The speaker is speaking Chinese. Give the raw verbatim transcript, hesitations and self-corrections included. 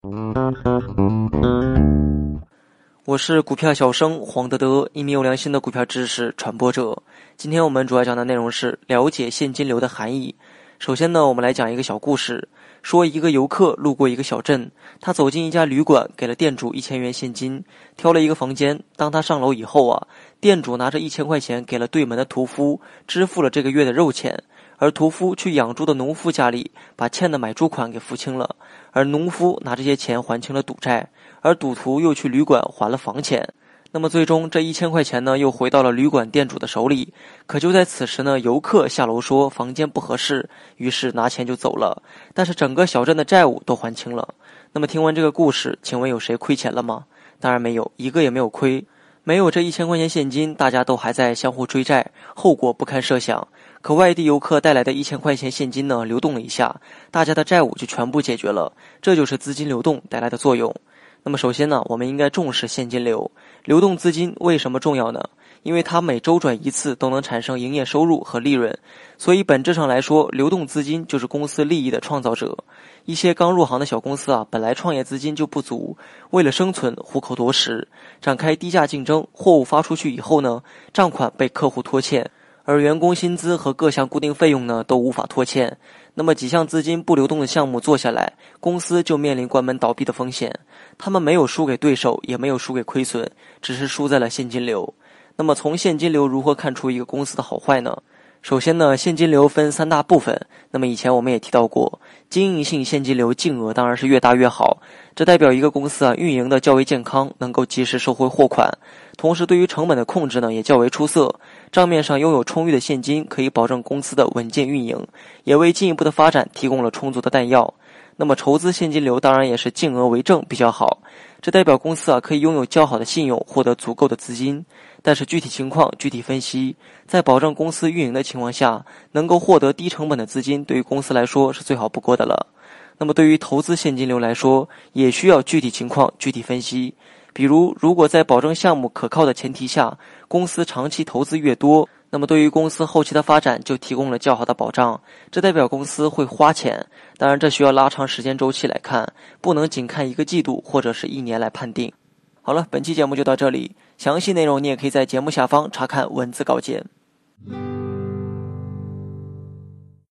我是股票小生黄德德，一名有良心的股票知识传播者。今天我们主要讲的内容是了解现金流的含义。首先呢，我们来讲一个小故事，说一个游客路过一个小镇，他走进一家旅馆，给了店主一千元现金，挑了一个房间。当他上楼以后啊，店主拿着一千块钱给了对门的屠夫，支付了这个月的肉钱。而屠夫去养猪的农夫家里，把欠的买猪款给付清了，而农夫拿这些钱还清了赌债，而赌徒又去旅馆还了房钱。那么最终这一千块钱呢，又回到了旅馆店主的手里。可就在此时呢，游客下楼说房间不合适，于是拿钱就走了。但是整个小镇的债务都还清了。那么听完这个故事，请问有谁亏钱了吗？当然没有，一个也没有亏。没有这一千块钱现金，大家都还在相互追债，后果不堪设想。可外地游客带来的一千块钱现金呢，流动了一下，大家的债务就全部解决了。这就是资金流动带来的作用。那么首先呢，我们应该重视现金流。流动资金为什么重要呢？因为它每周转一次都能产生营业收入和利润，所以本质上来说，流动资金就是公司利益的创造者。一些刚入行的小公司啊，本来创业资金就不足，为了生存虎口夺食，展开低价竞争，货物发出去以后呢，账款被客户拖欠，而员工薪资和各项固定费用呢都无法拖欠。那么几项资金不流动的项目做下来，公司就面临关门倒闭的风险。他们没有输给对手，也没有输给亏损，只是输在了现金流。那么从现金流如何看出一个公司的好坏呢？首先呢，现金流分三大部分。那么以前我们也提到过，经营性现金流净额当然是越大越好，这代表一个公司啊运营的较为健康，能够及时收回货款，同时对于成本的控制呢也较为出色，账面上拥有充裕的现金，可以保证公司的稳健运营，也为进一步的发展提供了充足的弹药。那么筹资现金流当然也是净额为正比较好，这代表公司啊可以拥有较好的信用，获得足够的资金。但是具体情况具体分析，在保证公司运营的情况下，能够获得低成本的资金，对于公司来说是最好不过的了。那么对于投资现金流来说，也需要具体情况具体分析。比如，如果在保证项目可靠的前提下，公司长期投资越多，那么对于公司后期的发展就提供了较好的保障，这代表公司会花钱。当然这需要拉长时间周期来看，不能仅看一个季度或者是一年来判定。好了，本期节目就到这里，详细内容你也可以在节目下方查看文字稿件。